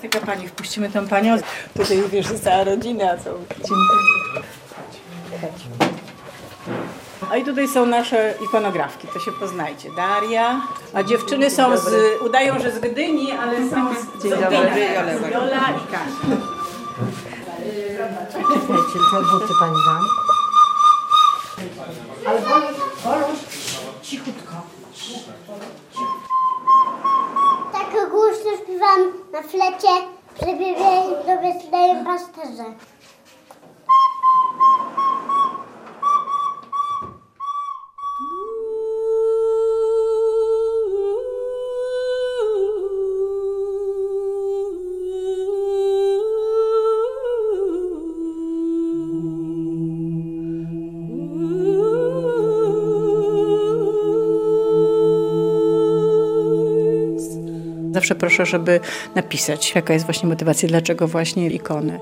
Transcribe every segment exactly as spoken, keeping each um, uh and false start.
taka pani, wpuścimy tą panią. Tutaj wiesz, jest cała rodzina. Co... A i tutaj są nasze ikonografki, to się poznajcie. Daria, a dziewczyny są z, udają, że z Gdyni, ale są z Gdyni. Jola i Kasia. Czekajcie, co buty pani dam? Ale Woluś, cichutko. Tak głośno śpiewam na flecie, przebiegaj do Betlejem pasterze. Zawsze proszę, żeby napisać, jaka jest właśnie motywacja, dlaczego właśnie ikony.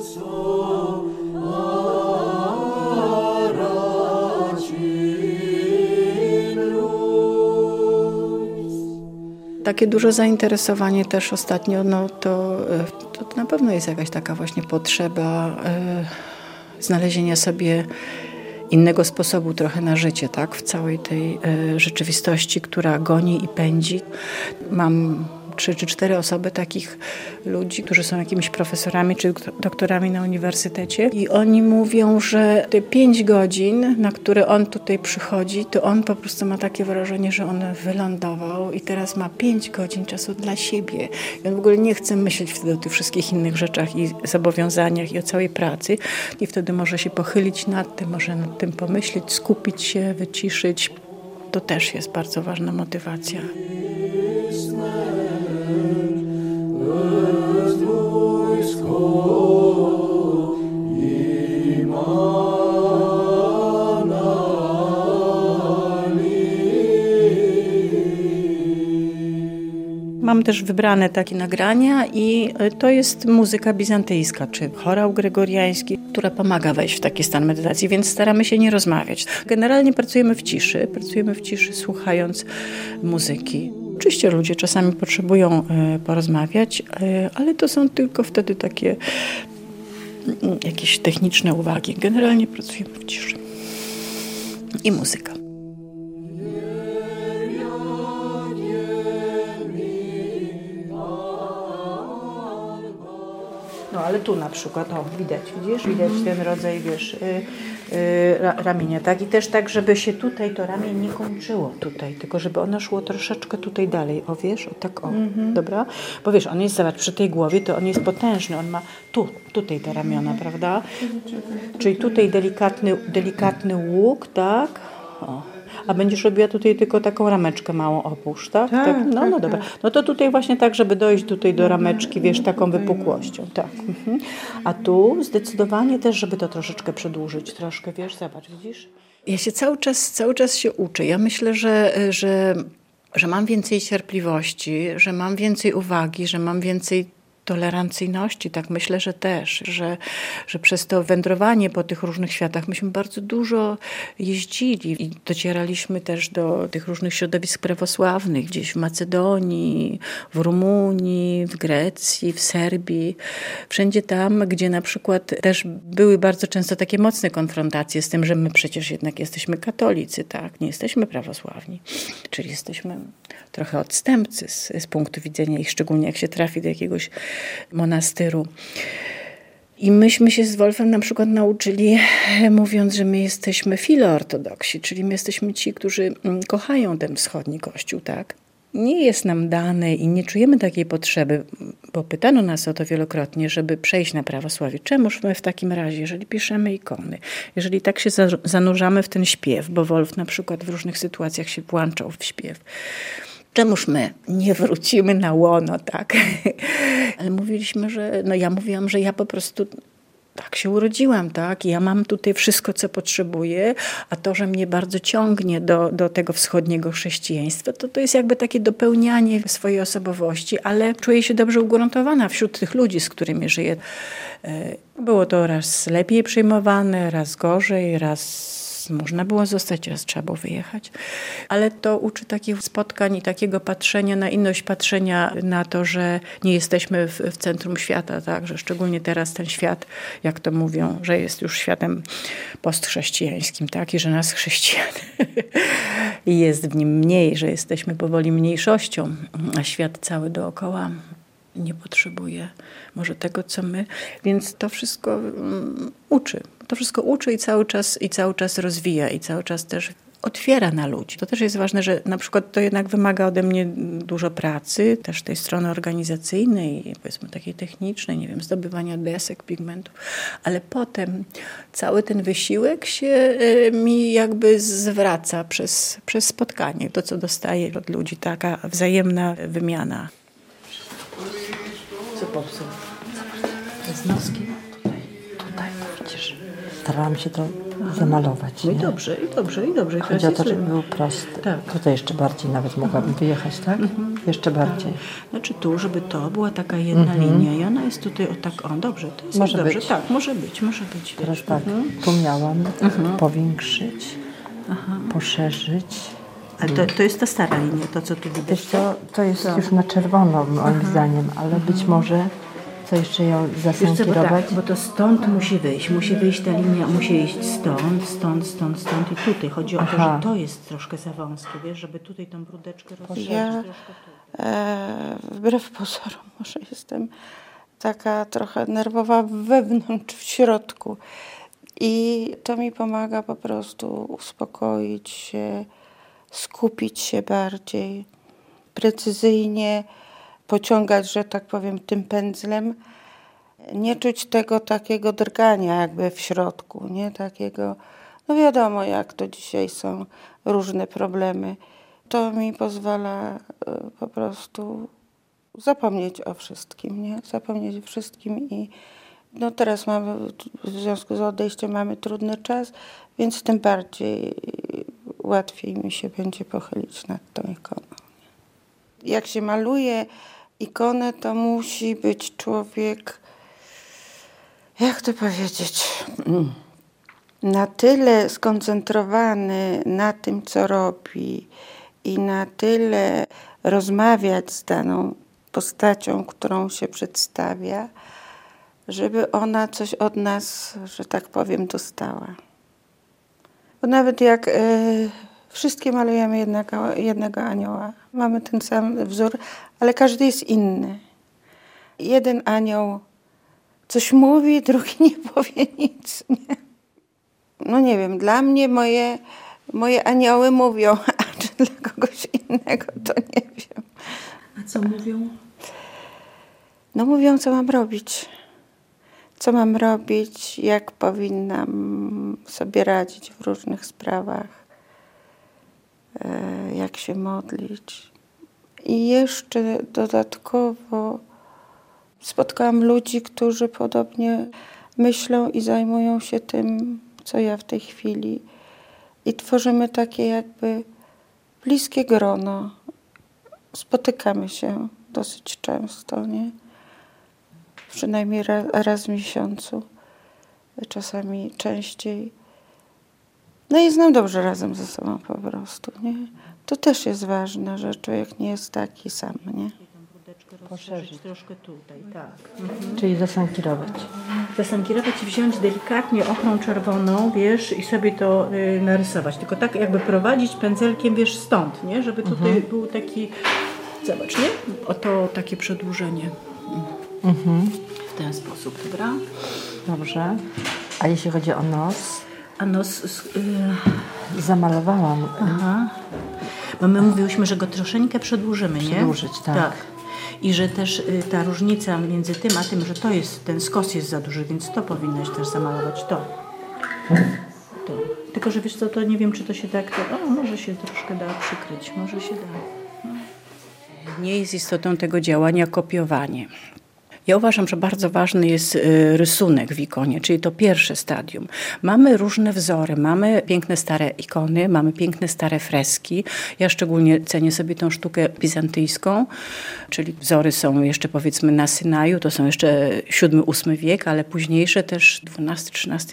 Takie duże zainteresowanie też ostatnio, no to, to na pewno jest jakaś taka właśnie potrzeba y, znalezienia sobie innego sposobu trochę na życie, tak? W całej tej y, rzeczywistości, która goni i pędzi. Mam trzy czy cztery osoby takich ludzi, którzy są jakimiś profesorami czy doktorami na uniwersytecie i oni mówią, że te pięć godzin, na które on tutaj przychodzi, to on po prostu ma takie wrażenie, że on wylądował i teraz ma pięć godzin czasu dla siebie. I on w ogóle nie chce myśleć wtedy o tych wszystkich innych rzeczach i zobowiązaniach i o całej pracy i wtedy może się pochylić nad tym, może nad tym pomyśleć, skupić się, wyciszyć. To też jest bardzo ważna motywacja. Mam też wybrane takie nagrania i to jest muzyka bizantyjska, czy chorał gregoriański, która pomaga wejść w taki stan medytacji, więc staramy się nie rozmawiać. Generalnie pracujemy w ciszy, pracujemy w ciszy słuchając muzyki. Oczywiście ludzie czasami potrzebują porozmawiać, ale to są tylko wtedy takie jakieś techniczne uwagi. Generalnie pracujemy w ciszy. I muzyka. No ale tu na przykład, o widać, widzisz, widać ten rodzaj, wiesz, yy, yy, ra, ramienia, tak? I też tak, żeby się tutaj to ramię nie kończyło tutaj, tylko żeby ono szło troszeczkę tutaj dalej, o wiesz, o tak, o, mm-hmm. Dobra? Bo wiesz, on jest, zobacz, przy tej głowie to on jest potężny, on ma tu, tutaj te ramiona, prawda? Czyli tutaj delikatny, delikatny łuk, tak? O. A będziesz robiła tutaj tylko taką rameczkę małą opusz, tak? Tak, tak? No, tak, no dobra. tak. No to tutaj właśnie tak, żeby dojść tutaj do rameczki, wiesz, taką wypukłością, tak. Mhm. A tu zdecydowanie też, żeby to troszeczkę przedłużyć, troszkę, wiesz, zobacz, widzisz? Ja się cały czas, cały czas się uczę. Ja myślę, że, że, że mam więcej cierpliwości, że mam więcej uwagi, że mam więcej tolerancyjności, tak myślę, że też, że, że przez to wędrowanie po tych różnych światach myśmy bardzo dużo jeździli i docieraliśmy też do tych różnych środowisk prawosławnych, gdzieś w Macedonii, w Rumunii, w Grecji, w Serbii, wszędzie tam, gdzie na przykład też były bardzo często takie mocne konfrontacje z tym, że my przecież jednak jesteśmy katolicy, tak, nie jesteśmy prawosławni, czyli jesteśmy trochę odstępcy z, z punktu widzenia ich, szczególnie jak się trafi do jakiegoś monastyru. I myśmy się z Wolfem na przykład nauczyli, mówiąc, że my jesteśmy filoortodoksi, czyli my jesteśmy ci, którzy kochają ten wschodni kościół, tak? Nie jest nam dane i nie czujemy takiej potrzeby, bo pytano nas o to wielokrotnie, żeby przejść na prawosławie. Czemuż my w takim razie, jeżeli piszemy ikony, jeżeli tak się zanurzamy w ten śpiew, bo Wolf na przykład w różnych sytuacjach się włączał w śpiew, czemuż my nie wrócimy na łono, tak? Ale mówiliśmy, że, no ja mówiłam, że ja po prostu tak się urodziłam, tak? Ja mam tutaj wszystko, co potrzebuję, a to, że mnie bardzo ciągnie do, do tego wschodniego chrześcijaństwa, to to jest jakby takie dopełnianie swojej osobowości, ale czuję się dobrze ugruntowana wśród tych ludzi, z którymi żyję. Było to raz lepiej przyjmowane, raz gorzej, raz raz można było zostać, raz trzeba było wyjechać. Ale to uczy takich spotkań i takiego patrzenia na inność, patrzenia na to, że nie jesteśmy w, w centrum świata, tak? Że szczególnie teraz ten świat, jak to mówią, że jest już światem postchrześcijańskim, tak? I że nas chrześcijan jest w nim mniej, że jesteśmy powoli mniejszością, a świat cały dookoła nie potrzebuje może tego, co my. Więc to wszystko um, uczy. To wszystko uczy i cały czas, i cały czas rozwija i cały czas też otwiera na ludzi. To też jest ważne, że na przykład to jednak wymaga ode mnie dużo pracy, też tej strony organizacyjnej, powiedzmy takiej technicznej, nie wiem, zdobywania desek, pigmentów, ale potem cały ten wysiłek się y, mi jakby zwraca przez, przez spotkanie. To, co dostaję od ludzi, taka wzajemna wymiana. Co popsuł? Z noskiem. Tutaj, tutaj, widzisz. Starałam się to zamalować. No i nie? dobrze, i dobrze, i dobrze. I Chodzi o to, jest żeby lepiej. był prosty. Tak. Tutaj jeszcze bardziej nawet mogłabym wyjechać, tak? Jeszcze bardziej. Znaczy tu, żeby to była taka jedna linia i ona jest tutaj o tak, o dobrze, to jest Może dobrze. być. Tak, może być, może być. Teraz wiesz. tak, tu miałam powiększyć, poszerzyć. Ale to, to jest ta stara linia, to co tu widać. Wiesz co, to jest już na czerwono moim zdaniem, ale być może co jeszcze ją Wiesz co, bo, zasankirować. tak, bo to stąd musi wyjść, musi wyjść ta linia, musi iść stąd, stąd, stąd, stąd i tutaj. Chodzi o to, Aha. że to jest troszkę za wąskie, wiesz, żeby tutaj tą brudeczkę rozszerzyć Ja troszkę tu. e, wbrew pozorom może jestem taka trochę nerwowa wewnątrz, w środku. I to mi pomaga po prostu uspokoić się, skupić się bardziej, precyzyjnie pociągać, że tak powiem, tym pędzlem. Nie czuć tego takiego drgania jakby w środku, nie takiego, no wiadomo jak to dzisiaj są różne problemy. To mi pozwala y, po prostu zapomnieć o wszystkim, nie? Zapomnieć o wszystkim i no teraz mamy, w związku z odejściem mamy trudny czas, więc tym bardziej łatwiej mi się będzie pochylić nad tą ikoną. Jak się maluje ikonę, to musi być człowiek, jak to powiedzieć, na tyle skoncentrowany na tym, co robi i na tyle rozmawiać z daną postacią, którą się przedstawia, żeby ona coś od nas, że tak powiem, dostała. Bo nawet jak y, wszystkie malujemy jednego, jednego anioła, mamy ten sam wzór, ale każdy jest inny. Jeden anioł coś mówi, drugi nie powie nic. Nie? No nie wiem, dla mnie moje, moje anioły mówią, a czy dla kogoś innego, to nie wiem. A co mówią? No mówią, co mam robić. Co mam robić, jak powinnam sobie radzić w różnych sprawach, jak się modlić. I jeszcze dodatkowo spotkałam ludzi, którzy podobnie myślą i zajmują się tym, co ja w tej chwili. I tworzymy takie jakby bliskie grono. Spotykamy się dosyć często, nie? Przynajmniej raz, raz w miesiącu, czasami częściej. No i znam dobrze razem ze sobą po prostu, nie? To też jest ważne, że człowiek nie jest taki sam, nie? Poszerzyć troszkę tutaj, tak. Czyli zasankirować. Zasankirować i wziąć delikatnie ochrą czerwoną, wiesz, i sobie to y, narysować. Tylko tak jakby prowadzić pędzelkiem, wiesz, stąd, nie? Żeby tutaj mhm. był taki, zobacz, nie? Oto takie przedłużenie. Mhm. W ten sposób, dobra? Dobrze. A jeśli chodzi o nos? A nos... Yy... Zamalowałam. Aha. Bo my mówiłyśmy, że go troszeczkę przedłużymy, nie? Przedłużyć, tak. Tak. I że też y, ta różnica między tym a tym, że to jest, ten skos jest za duży, więc to powinnaś też zamalować, to. to. Tylko, że wiesz co, to nie wiem, czy to się tak, to, o, może się troszkę da przykryć, może się da. No. Nie jest istotą tego działania kopiowanie. Ja uważam, że bardzo ważny jest rysunek w ikonie, czyli to pierwsze stadium. Mamy różne wzory, mamy piękne stare ikony, mamy piękne stare freski. Ja szczególnie cenię sobie tą sztukę bizantyjską, czyli wzory są jeszcze powiedzmy na Synaju, to są jeszcze siódmy ósmy wiek, ale późniejsze też dwunasty trzynasty wiek.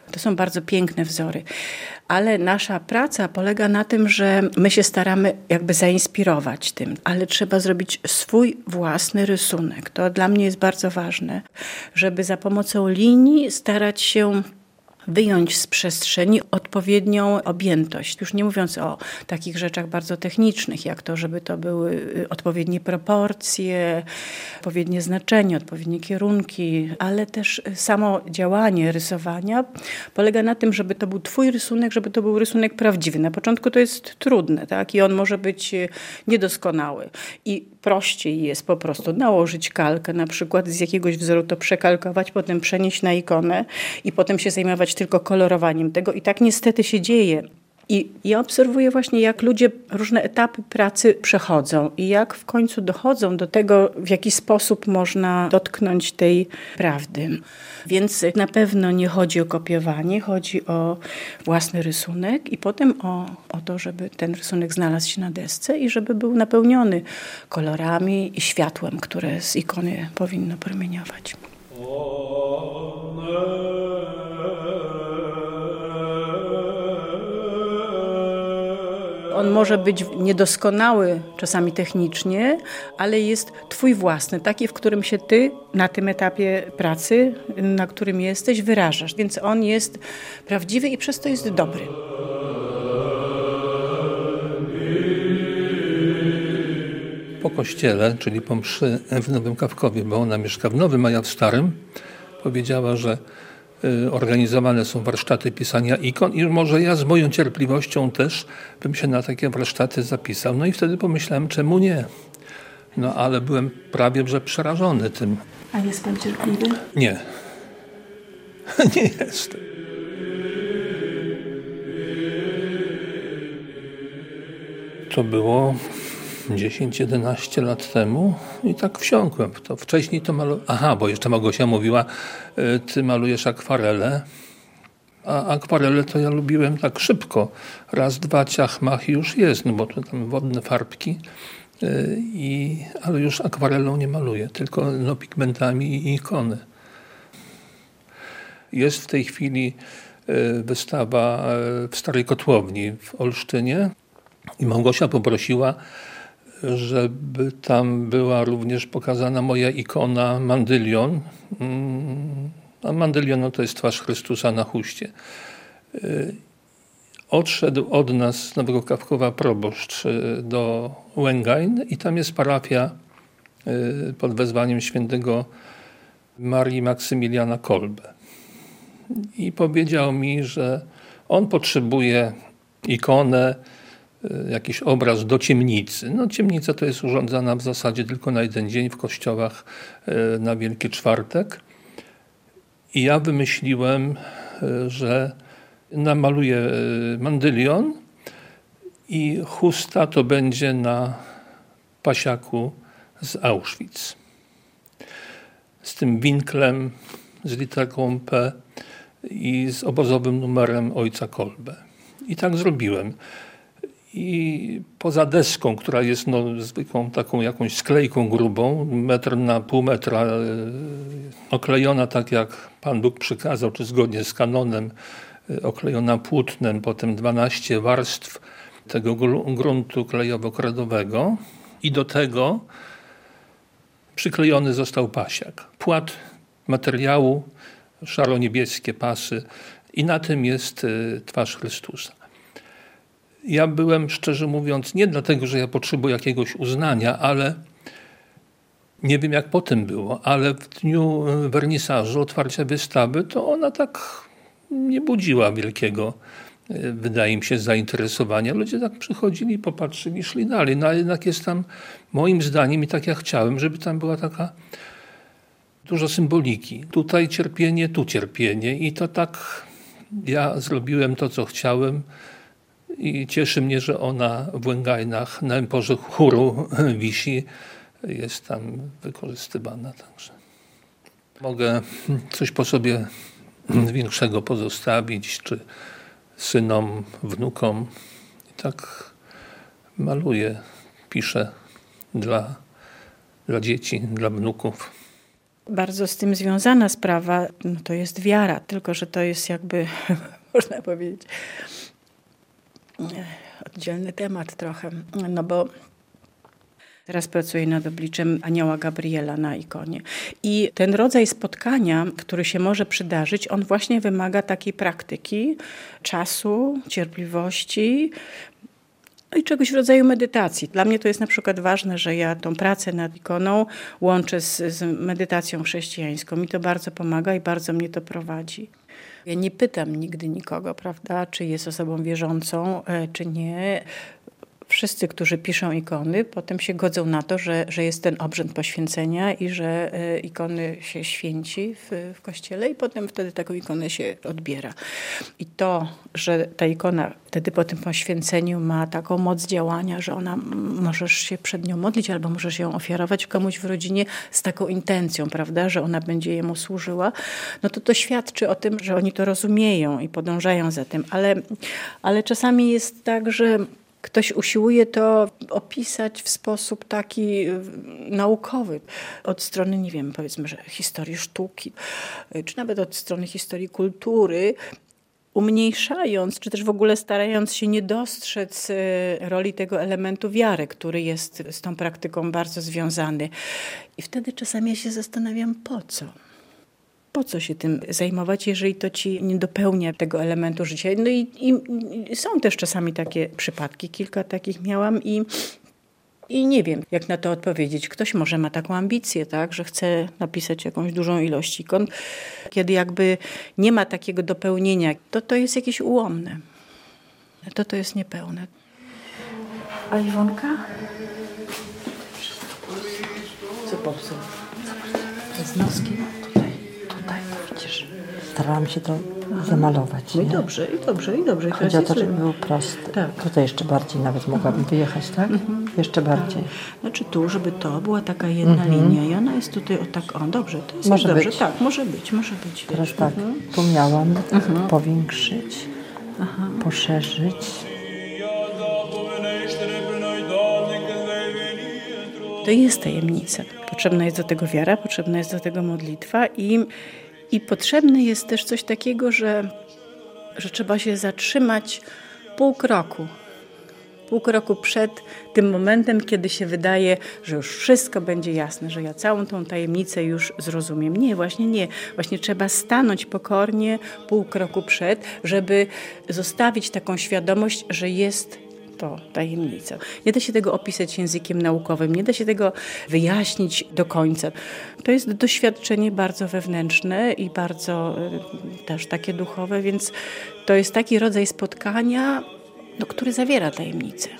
To są bardzo piękne wzory. Ale nasza praca polega na tym, że my się staramy jakby zainspirować tym, ale trzeba zrobić swój własny rysunek. To dla mnie jest bardzo ważne, żeby za pomocą linii starać się wyjąć z przestrzeni odpowiednią objętość. Już nie mówiąc o takich rzeczach bardzo technicznych, jak to, żeby to były odpowiednie proporcje, odpowiednie znaczenie, odpowiednie kierunki, ale też samo działanie rysowania polega na tym, żeby to był twój rysunek, żeby to był rysunek prawdziwy. Na początku to jest trudne, tak? I on może być niedoskonały. I prościej jest po prostu nałożyć kalkę, na przykład z jakiegoś wzoru to przekalkować, potem przenieść na ikonę i potem się zajmować tylko kolorowaniem tego. I tak niestety się dzieje. I ja obserwuję właśnie, jak ludzie różne etapy pracy przechodzą i jak w końcu dochodzą do tego, w jaki sposób można dotknąć tej prawdy. Więc na pewno nie chodzi o kopiowanie, chodzi o własny rysunek i potem o, o to, żeby ten rysunek znalazł się na desce i żeby był napełniony kolorami i światłem, które z ikony powinno promieniować. On może być niedoskonały czasami technicznie, ale jest twój własny, taki, w którym się ty na tym etapie pracy, na którym jesteś, wyrażasz. Więc on jest prawdziwy i przez to jest dobry. Po kościele, czyli po mszy w Nowym Kawkowie, bo ona mieszka w Nowym, a ja w Starym, powiedziała, że organizowane są warsztaty pisania ikon i może ja z moją cierpliwością też bym się na takie warsztaty zapisał. No i wtedy pomyślałem, czemu nie? No ale byłem prawie że przerażony tym. A jest pan cierpliwy? Nie. Nie jestem. To było dziesięć jedenaście lat temu i tak wsiąkłem w to. Wcześniej to malowałem. Aha, bo jeszcze Małgosia mówiła, ty malujesz akwarele. A akwarele to ja lubiłem tak szybko. Raz, dwa, ciach, mach i już jest, no bo to tam wodne farbki. I, ale już akwarelą nie maluję, tylko no, pigmentami i ikony. Jest w tej chwili wystawa w Starej Kotłowni w Olsztynie i Małgosia poprosiła, żeby tam była również pokazana moja ikona Mandylion. A Mandylion no to jest twarz Chrystusa na chuście. Odszedł od nas z Nowego Kawkowa proboszcz do Łęgain i tam jest parafia pod wezwaniem świętego Marii Maksymiliana Kolbe. I powiedział mi, że on potrzebuje ikonę, jakiś obraz do ciemnicy. No ciemnica to jest urządzana w zasadzie tylko na jeden dzień w kościołach na Wielki Czwartek. I ja wymyśliłem, że namaluję mandylion i chusta to będzie na pasiaku z Auschwitz. Z tym winklem, z literką P i z obozowym numerem ojca Kolbe. I tak zrobiłem. I poza deską, która jest no, zwykłą taką jakąś sklejką grubą, metr na pół metra, oklejona tak jak Pan Bóg przykazał, czy zgodnie z kanonem, oklejona płótnem, potem dwanaście warstw tego gruntu klejowo-kredowego i do tego przyklejony został pasiak. Płat materiału, szaro-niebieskie pasy i na tym jest twarz Chrystusa. Ja byłem, szczerze mówiąc, nie dlatego, że ja potrzebuję jakiegoś uznania, ale nie wiem jak potem było, ale w dniu wernisażu, otwarcia wystawy, to ona tak nie budziła wielkiego, wydaje mi się, zainteresowania. Ludzie tak przychodzili, popatrzyli, szli dalej. No ale jednak jest tam, moim zdaniem, i tak jak chciałem, żeby tam była taka dużo symboliki. Tutaj cierpienie, tu cierpienie. I to tak ja zrobiłem to, co chciałem. I cieszy mnie, że ona w Łęgajnach na emporze chóru wisi. Jest tam wykorzystywana także. Mogę coś po sobie większego pozostawić, czy synom, wnukom. I tak maluję, piszę dla, dla dzieci, dla wnuków. Bardzo z tym związana sprawa, no to jest wiara, tylko że to jest jakby, można powiedzieć, oddzielny temat trochę, no bo teraz pracuję nad obliczem anioła Gabriela na ikonie. I ten rodzaj spotkania, który się może przydarzyć, on właśnie wymaga takiej praktyki, czasu, cierpliwości, no i czegoś w rodzaju medytacji. Dla mnie to jest na przykład ważne, że ja tą pracę nad ikoną łączę z, z medytacją chrześcijańską. Mi to bardzo pomaga i bardzo mnie to prowadzi. Ja nie pytam nigdy nikogo, prawda, czy jest osobą wierzącą, czy nie. Wszyscy, którzy piszą ikony, potem się godzą na to, że, że jest ten obrzęd poświęcenia i że y, ikony się święci w, w kościele i potem wtedy taką ikonę się odbiera. I to, że ta ikona wtedy po tym poświęceniu ma taką moc działania, że ona możesz się przed nią modlić albo możesz ją ofiarować komuś w rodzinie z taką intencją, prawda, że ona będzie jemu służyła, no to to świadczy o tym, że oni to rozumieją i podążają za tym. Ale, ale czasami jest tak, że ktoś usiłuje to opisać w sposób taki naukowy. Od strony, nie wiem, powiedzmy, że historii sztuki, czy nawet od strony historii kultury, umniejszając, czy też w ogóle starając się nie dostrzec roli tego elementu wiary, który jest z tą praktyką bardzo związany. I wtedy czasami ja się zastanawiam, po co? Po co się tym zajmować, jeżeli to ci nie dopełnia tego elementu życia? No i, i, i są też czasami takie przypadki, kilka takich miałam i, i nie wiem, jak na to odpowiedzieć. Ktoś może ma taką ambicję, tak, że chce napisać jakąś dużą ilość ikon. Kiedy jakby nie ma takiego dopełnienia, to to jest jakieś ułomne. To to jest niepełne. A Iwonka? Co popsuł? Z noskiem. Starałam się to zamalować. No i nie? dobrze, i dobrze, i dobrze. I Chodzi o to, jest żeby lepiej. był prosty. Tak. Tutaj jeszcze bardziej nawet mogłabym wyjechać, tak? Jeszcze bardziej. Znaczy tu, żeby to była taka jedna linia i ona jest tutaj o tak, o dobrze, to jest Może dobrze. być. Tak, może być, może być. Teraz Wiesz. tak, tu miałam powiększyć, poszerzyć. To jest tajemnica. Potrzebna jest do tego wiara, potrzebna jest do tego modlitwa i, i potrzebne jest też coś takiego, że, że trzeba się zatrzymać pół kroku. Pół kroku przed tym momentem, kiedy się wydaje, że już wszystko będzie jasne, że ja całą tą tajemnicę już zrozumiem. Nie, właśnie nie. Właśnie trzeba stanąć pokornie pół kroku przed, żeby zostawić taką świadomość, że jest to tajemnica. Nie da się tego opisać językiem naukowym, nie da się tego wyjaśnić do końca. To jest doświadczenie bardzo wewnętrzne i bardzo y, też takie duchowe, więc to jest taki rodzaj spotkania, no, który zawiera tajemnicę.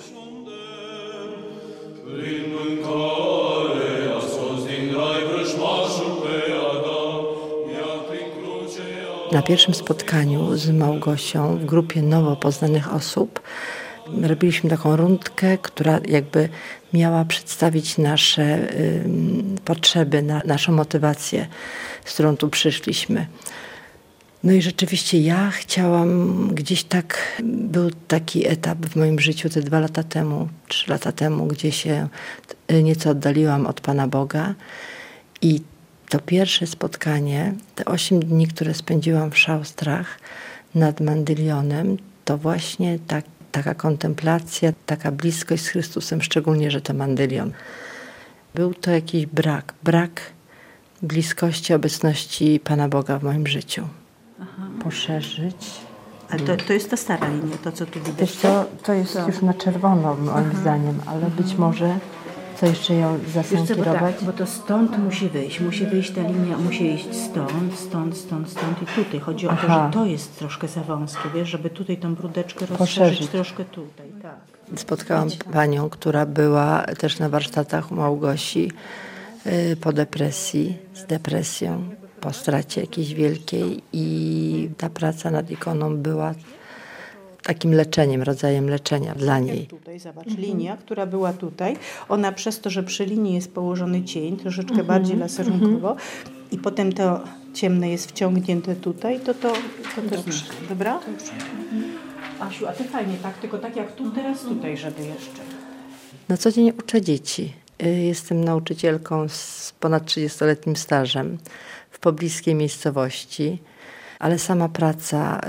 Na pierwszym spotkaniu z Małgosią w grupie nowo poznanych osób robiliśmy taką rundkę, która jakby miała przedstawić nasze y, potrzeby, na, naszą motywację, z którą tu przyszliśmy. No i rzeczywiście ja chciałam gdzieś tak, był taki etap w moim życiu te dwa lata temu, trzy lata temu, gdzie się nieco oddaliłam od Pana Boga i to pierwsze spotkanie, te osiem dni, które spędziłam w Szaustrach nad Mandylionem, to właśnie tak, taka kontemplacja, taka bliskość z Chrystusem, szczególnie, że to Mandylion. Był to jakiś brak, brak bliskości, obecności Pana Boga w moim życiu. Aha. Poszerzyć. Ale to, to jest ta stara linia, to co tu widać? Wiesz co, to jest Co? już na czerwono moim zdaniem, ale być może co jeszcze ją Wiesz co, bo, zasankierować? tak, bo to stąd musi wyjść, musi wyjść ta linia, musi iść stąd, stąd, stąd, stąd i tutaj. Chodzi o to, Aha. że to jest troszkę za wąskie, wiesz, żeby tutaj tą brudeczkę rozszerzyć Poszerzyć. troszkę tutaj, tak. Spotkałam panią, która była też na warsztatach u Małgosi y, po depresji, z depresją, po stracie jakiejś wielkiej i ta praca nad ikoną była takim leczeniem, rodzajem leczenia dla niej. Tutaj, zobacz, linia, która była tutaj, ona przez to, że przy linii jest położony cień, troszeczkę bardziej laserunkowo i potem to ciemne jest wciągnięte tutaj, to to, to też dobrze. Dobra? Dobrze. Asiu, a ty fajnie, tak? Tylko tak jak tu, teraz tutaj, żeby jeszcze. Na co dzień uczę dzieci. Jestem nauczycielką z ponad trzydziestoletnim stażem w pobliskiej miejscowości, ale sama praca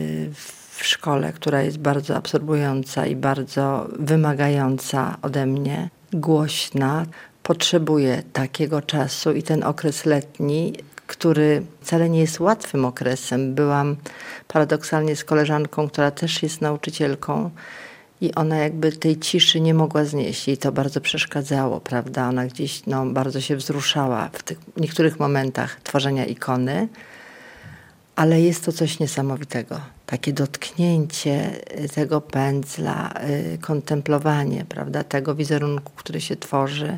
w szkole, która jest bardzo absorbująca i bardzo wymagająca ode mnie, głośna, potrzebuje takiego czasu i ten okres letni, który wcale nie jest łatwym okresem. Byłam paradoksalnie z koleżanką, która też jest nauczycielką i ona jakby tej ciszy nie mogła znieść. Jej to bardzo przeszkadzało, prawda? Ona gdzieś no, bardzo się wzruszała w tych niektórych momentach tworzenia ikony, ale jest to coś niesamowitego. Takie dotknięcie tego pędzla, kontemplowanie, prawda, tego wizerunku, który się tworzy,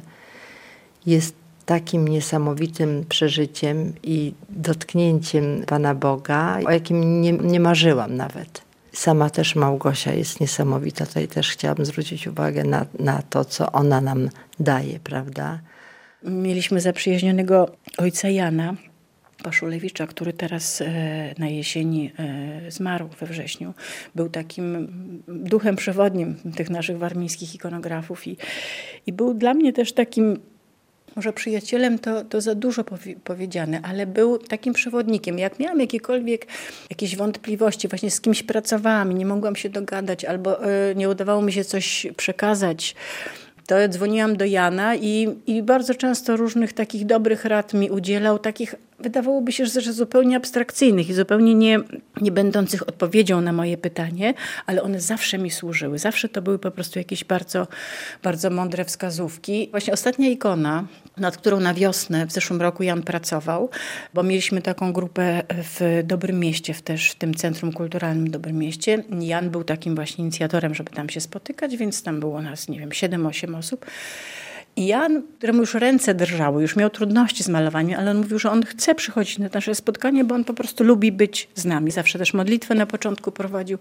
jest takim niesamowitym przeżyciem i dotknięciem Pana Boga, o jakim nie, nie marzyłam nawet. Sama też Małgosia jest niesamowita. Tutaj też chciałabym zwrócić uwagę na, na to, co ona nam daje, prawda? Mieliśmy zaprzyjaźnionego ojca Jana Paszulewicza, który teraz na jesieni zmarł we wrześniu. Był takim duchem przewodnim tych naszych warmińskich ikonografów i, i był dla mnie też takim, może przyjacielem to, to za dużo powi- powiedziane, ale był takim przewodnikiem. Jak miałam jakiekolwiek jakieś wątpliwości, właśnie z kimś pracowałam i nie mogłam się dogadać albo y, nie udawało mi się coś przekazać, to dzwoniłam do Jana i, i bardzo często różnych takich dobrych rad mi udzielał, takich wydawałoby się, że zupełnie abstrakcyjnych i zupełnie nie, nie będących odpowiedzią na moje pytanie, ale one zawsze mi służyły. Zawsze to były po prostu jakieś bardzo, bardzo mądre wskazówki. Właśnie ostatnia ikona, nad którą na wiosnę w zeszłym roku Jan pracował, bo mieliśmy taką grupę w Dobrym Mieście, w też w tym Centrum Kulturalnym Dobrym Mieście. Jan był takim właśnie inicjatorem, żeby tam się spotykać, więc tam było nas, nie wiem, siedem osiem osób. I Jan, któremu już ręce drżały, już miał trudności z malowaniem, ale on mówił, że on chce przychodzić na nasze spotkanie, bo on po prostu lubi być z nami. Zawsze też modlitwę na początku prowadził.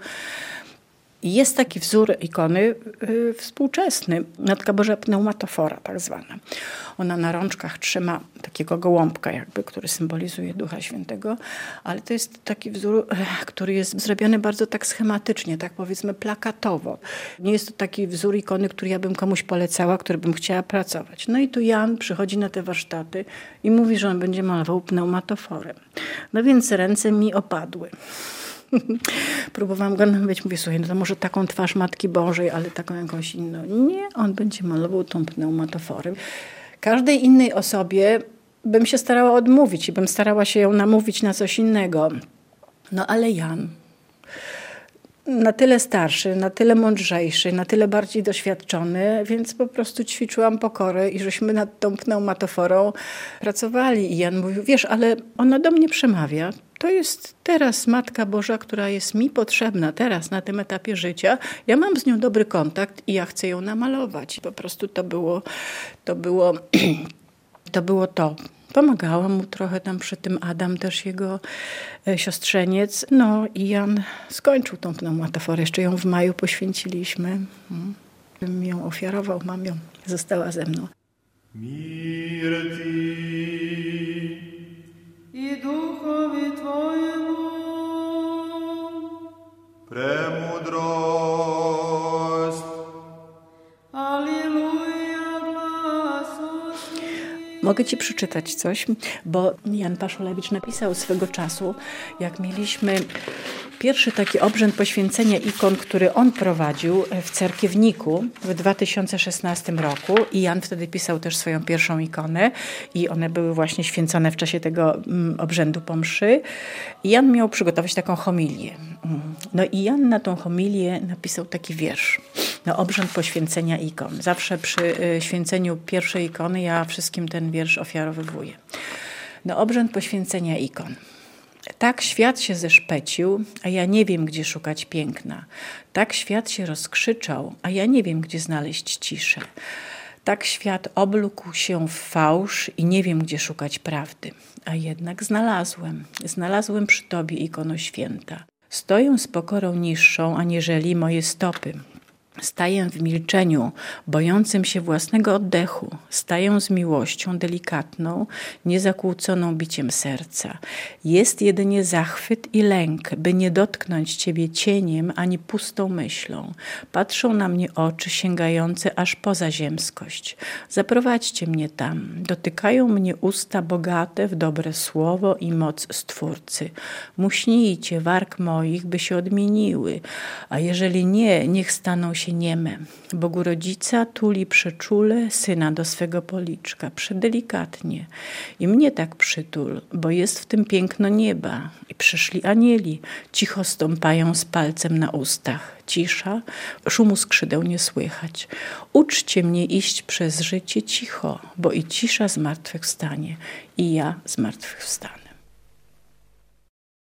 I jest taki wzór ikony yy, współczesny, Matka Boża Pneumatofora tak zwana. Ona na rączkach trzyma takiego gołąbka jakby, który symbolizuje Ducha Świętego, ale to jest taki wzór, yy, który jest zrobiony bardzo tak schematycznie, tak powiedzmy plakatowo. Nie jest to taki wzór ikony, który ja bym komuś polecała, który bym chciała pracować. No i tu Jan przychodzi na te warsztaty i mówi, że on będzie malował pneumatoforem. No więc ręce mi opadły. Próbowałam go namawiać, mówię, słuchaj, no to może taką twarz Matki Bożej, ale taką jakąś inną. Nie, on będzie malował tą pneumatoforem. Każdej innej osobie bym się starała odmówić i bym starała się ją namówić na coś innego. No ale Jan, na tyle starszy, na tyle mądrzejszy, na tyle bardziej doświadczony, więc po prostu ćwiczyłam pokorę i żeśmy nad tą pneumatoforą pracowali. I Jan mówił, wiesz, ale ona do mnie przemawia. To jest teraz Matka Boża, która jest mi potrzebna teraz na tym etapie życia. Ja mam z nią dobry kontakt i ja chcę ją namalować. Po prostu to było to. Było, to, było to. Pomagałam mu trochę tam przy tym, Adam też jego siostrzeniec. No i Jan skończył tą pneumatoforę. Jeszcze ją w maju poświęciliśmy. Bym ją ofiarował, mam ją. Została ze mną. I duchowi Twojemu premudrost. Alleluja, glasu. Mogę Ci przeczytać coś, bo Jan Paszulewicz napisał swego czasu, jak mieliśmy pierwszy taki obrzęd poświęcenia ikon, który on prowadził w Cerkiewniku w dwa tysiące szesnastym roku i Jan wtedy pisał też swoją pierwszą ikonę i one były właśnie święcone w czasie tego obrzędu po mszy. I Jan miał przygotować taką homilię. No i Jan na tą homilię napisał taki wiersz. No, obrzęd poświęcenia ikon. Zawsze przy święceniu pierwszej ikony ja wszystkim ten wiersz ofiarowywuję. No, obrzęd poświęcenia ikon. Tak świat się zeszpecił, a ja nie wiem, gdzie szukać piękna. Tak świat się rozkrzyczał, a ja nie wiem, gdzie znaleźć ciszę. Tak świat oblókł się w fałsz i nie wiem, gdzie szukać prawdy. A jednak znalazłem. Znalazłem przy Tobie, ikono święta. Stoję z pokorą niższą, aniżeli moje stopy. Staję w milczeniu, bojącym się własnego oddechu. Staję z miłością delikatną, niezakłóconą biciem serca. Jest jedynie zachwyt i lęk, by nie dotknąć Ciebie cieniem ani pustą myślą. Patrzą na mnie oczy sięgające aż poza ziemskość. Zaprowadźcie mnie tam. Dotykają mnie usta bogate w dobre słowo i moc Stwórcy. Muśnijcie warg moich, by się odmieniły, a jeżeli nie, niech staną się nieme. Bogu Rodzica tuli przeczule syna do swego policzka, przedelikatnie. I mnie tak przytul, bo jest w tym piękno nieba. I przyszli anieli, cicho stąpają z palcem na ustach. Cisza, szumu skrzydeł nie słychać. Uczcie mnie iść przez życie cicho, bo i cisza zmartwychwstanie, i ja zmartwychwstanę.